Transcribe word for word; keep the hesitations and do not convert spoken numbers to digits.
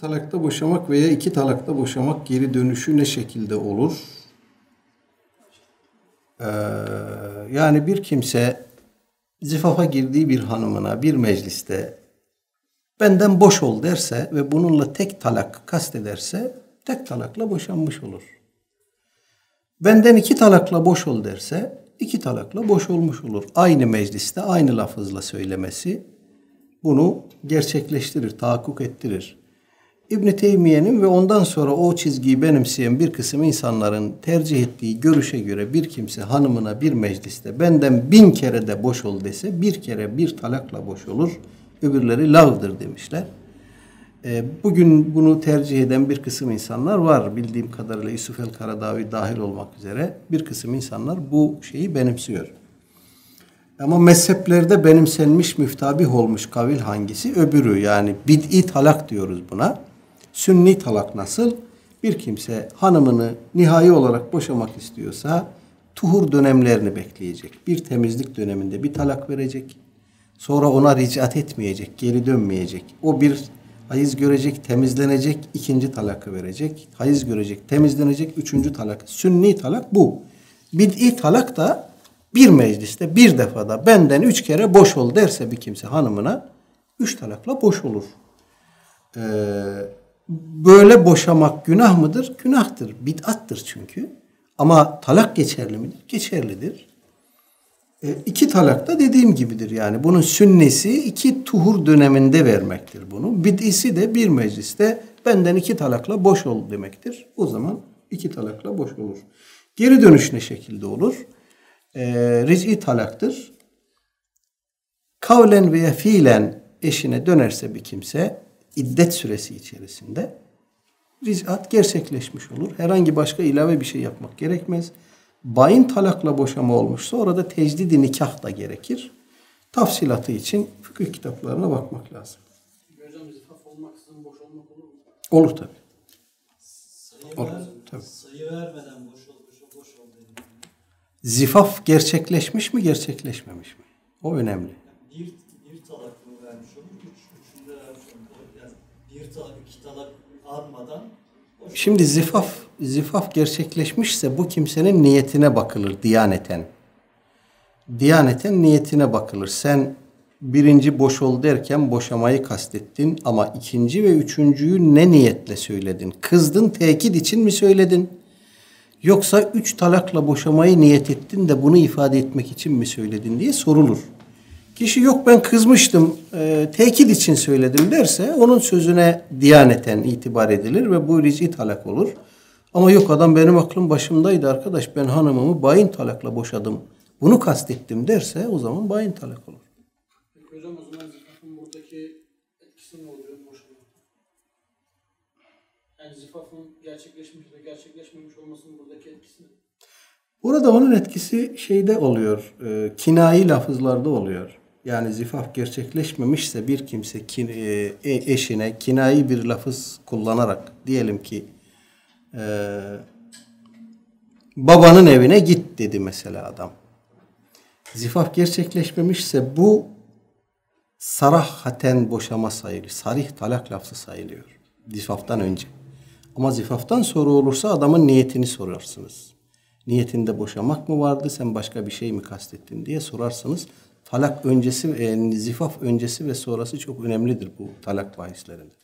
talakta boşamak veya iki talakta boşamak geri dönüşü ne şekilde olur? Ee, yani bir kimse zifafa girdiği bir hanımına bir mecliste benden boş ol derse ve bununla tek talak kastederse tek talakla boşanmış olur. Benden iki talakla boş ol derse iki talakla boş olmuş olur. Aynı mecliste aynı lafızla söylemesi bunu gerçekleştirir, tahakkuk ettirir. İbn-i Teymiye'nin ve ondan sonra o çizgiyi benimseyen bir kısım insanların tercih ettiği görüşe göre bir kimse hanımına bir mecliste benden bin kere de boş ol dese bir kere bir talakla boş olur. Öbürleri lağvdır demişler. E, bugün bunu tercih eden bir kısım insanlar var. Bildiğim kadarıyla Yusuf el-Karadavi dahil olmak üzere bir kısım insanlar bu şeyi benimsiyor. Ama mezheplerde benimsenmiş, müftabih olmuş kavil hangisi? Öbürü, yani bid'i talak diyoruz buna. Sünni talak nasıl? Bir kimse hanımını nihai olarak boşamak istiyorsa tuhur dönemlerini bekleyecek. Bir temizlik döneminde bir talak verecek. Sonra ona ricat etmeyecek, geri dönmeyecek. O bir hayız görecek, temizlenecek, ikinci talakı verecek. Hayız görecek, temizlenecek, üçüncü talak. Sünni talak bu. Bid'i talak da bir mecliste bir defada benden üç kere boş ol derse bir kimse hanımına üç talakla boş olur. Ee, böyle boşamak günah mıdır? Günahtır. Bid'attır çünkü. Ama talak geçerli midir? Geçerlidir. E, iki talak da dediğim gibidir yani. Bunun sünnesi iki tuhur döneminde vermektir bunu. Bid'isi de bir mecliste benden iki talakla boş ol demektir. O zaman iki talakla boş olur. Geri dönüş ne şekilde olur? E, ric'i talaktır. Kavlen veya fiilen eşine dönerse bir kimse iddet süresi içerisinde ric'at gerçekleşmiş olur. Herhangi başka ilave bir şey yapmak gerekmez. Bayin talakla boşama olmuşsa orada tecdid-i nikah da gerekir. Tafsilatı için fıkıh kitaplarına bakmak lazım. Hocam zifaf olmaksızın boş olmak olur mu? Olur tabii. Sayı, olur, ver, tabii. sayı vermeden boş ol, boş ol, boş ol dedi. Zifaf gerçekleşmiş mi, gerçekleşmemiş mi? O önemli. Yani bir, bir talak mı vermiş olur, üç, üçünde vermiş olur. Yani bir talak, iki talak almadan boş Şimdi zifaf, zifaf gerçekleşmişse bu kimsenin niyetine bakılır diyaneten. Diyaneten niyetine bakılır. Sen birinci boş ol derken boşamayı kastettin ama ikinci ve üçüncüyü ne niyetle söyledin? Kızdın, tekit için mi söyledin? Yoksa üç talakla boşamayı niyet ettin de bunu ifade etmek için mi söyledin diye sorulur. Kişi yok ben kızmıştım, e, tekit için söyledim derse onun sözüne diyaneten itibar edilir ve bu ric'i talak olur. Ama yok adam benim aklım başımdaydı arkadaş ben hanımımı bayin talakla boşadım. Bunu kastettim derse o zaman bayin talak olur. Peki hocam o zaman zifafın buradaki etkisi ne oluyor boşanma? Yani zifafın gerçekleşmiş ve gerçekleşmemiş olmasının buradaki etkisi ne? Burada onun etkisi şeyde oluyor, e, kinayi lafızlarda oluyor. Yani zifaf gerçekleşmemişse bir kimse kin, e, eşine kinayi bir lafız kullanarak diyelim ki e, babanın evine git dedi mesela adam. Zifaf gerçekleşmemişse bu sarahaten boşama sayılır. Sarih talak lafzı sayılıyor. Zifaftan önce. Ama zifaftan sonra olursa adamın niyetini sorarsınız. Niyetinde boşamak mı vardı, sen başka bir şey mi kastettin diye sorarsınız. Talak öncesi, e, zifaf öncesi ve sonrası çok önemlidir bu talak bahislerinde.